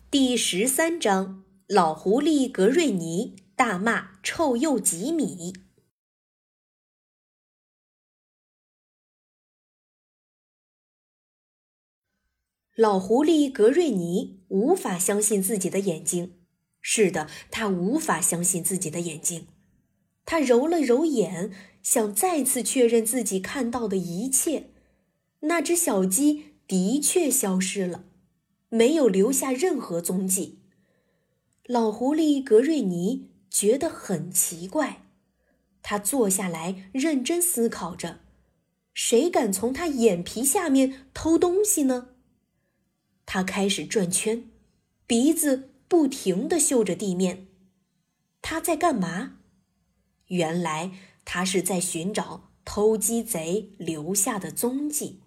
第13章，老狐狸格瑞尼大骂臭鼬吉米。老狐狸格瑞尼无法相信自己的眼睛，是的，他无法相信自己的眼睛。他揉了揉眼，想再次确认自己看到的一切。那只小鸡的确消失了，没有留下任何踪迹。老狐狸格瑞尼觉得很奇怪，他坐下来认真思考着，谁敢从他眼皮下面偷东西呢？他开始转圈，鼻子不停地嗅着地面。他在干嘛？原来他是在寻找偷鸡贼留下的踪迹。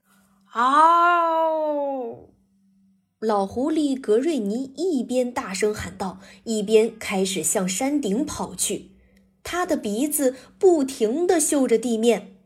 嗷！老狐狸格瑞尼一边大声喊道，一边开始向山顶跑去。他的鼻子不停地嗅着地面。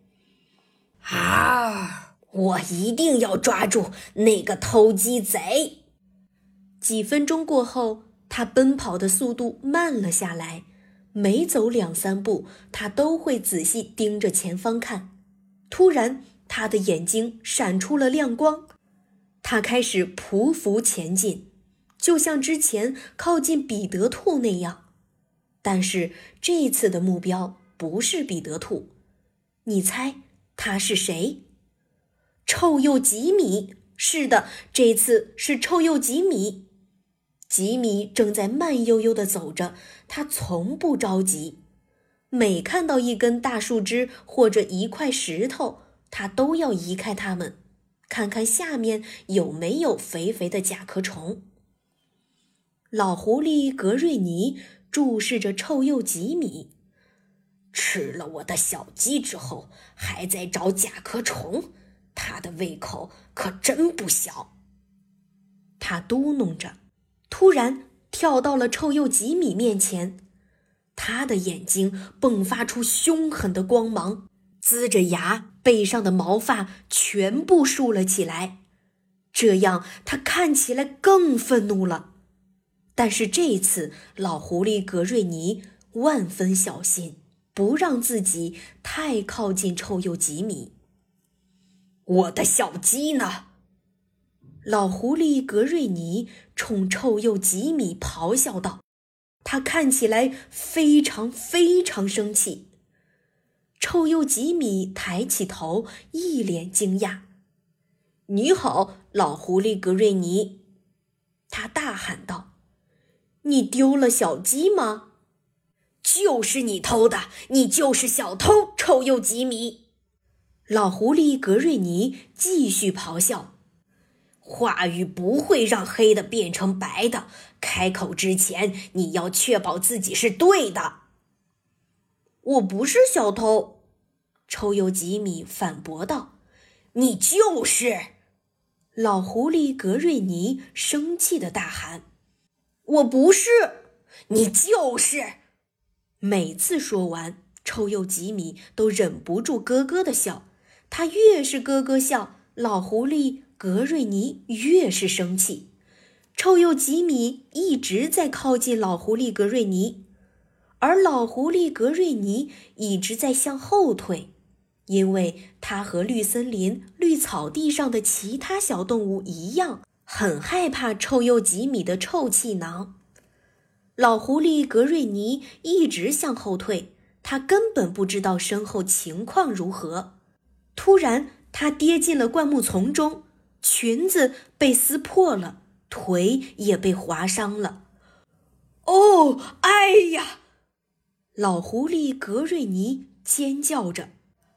我一定要抓住那个偷鸡贼！几分钟过后，他奔跑的速度慢了下来，每走2-3步，他都会仔细盯着前方看。突然，他的眼睛闪出了亮光，他开始匍匐前进，就像之前靠近彼得兔那样。但是这次的目标不是彼得兔，你猜他是谁？臭鼬吉米！是的，这次是臭鼬吉米。吉米正在慢悠悠地走着，他从不着急。每看到一根大树枝或者一块石头，他都要移开它们，看看下面有没有肥肥的甲壳虫。老狐狸格瑞尼注视着臭鼬吉米，吃了我的小鸡之后，还在找甲壳虫，他的胃口可真不小。他嘟哝着，突然跳到了臭鼬吉米面前。他的眼睛迸发出凶狠的光芒，呲着牙，背上的毛发全部竖了起来，这样他看起来更愤怒了。但是这次，老狐狸格瑞尼万分小心，不让自己太靠近臭鼬吉米。我的小鸡呢？老狐狸格瑞尼冲臭鼬吉米咆哮道，他看起来非常非常生气。臭鼬吉米抬起头，一脸惊讶。你好，老狐狸格瑞尼，他大喊道，你丢了小鸡吗？就是你偷的，你就是小偷，臭鼬吉米！老狐狸格瑞尼继续咆哮。话语不会让黑的变成白的，开口之前你要确保自己是对的。我不是小偷，臭鼬吉米反驳道。你就是！老狐狸格瑞尼生气地大喊。我不是！你就是！每次说完，臭鼬吉米都忍不住咯咯地笑。他越是咯咯笑，老狐狸格瑞尼越是生气。臭鼬吉米一直在靠近老狐狸格瑞尼，而老狐狸格瑞尼一直在向后退，因为他和绿森林、绿草地上的其他小动物一样，很害怕臭鼬吉米的臭气囊。老狐狸格瑞尼一直向后退，他根本不知道身后情况如何。突然，他跌进了灌木丛中，裙子被撕破了，腿也被划伤了。哦，哎呀！老狐狸格瑞尼尖叫着。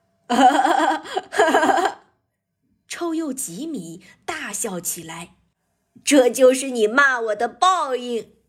臭鼬吉米大笑起来。这就是你骂我的报应！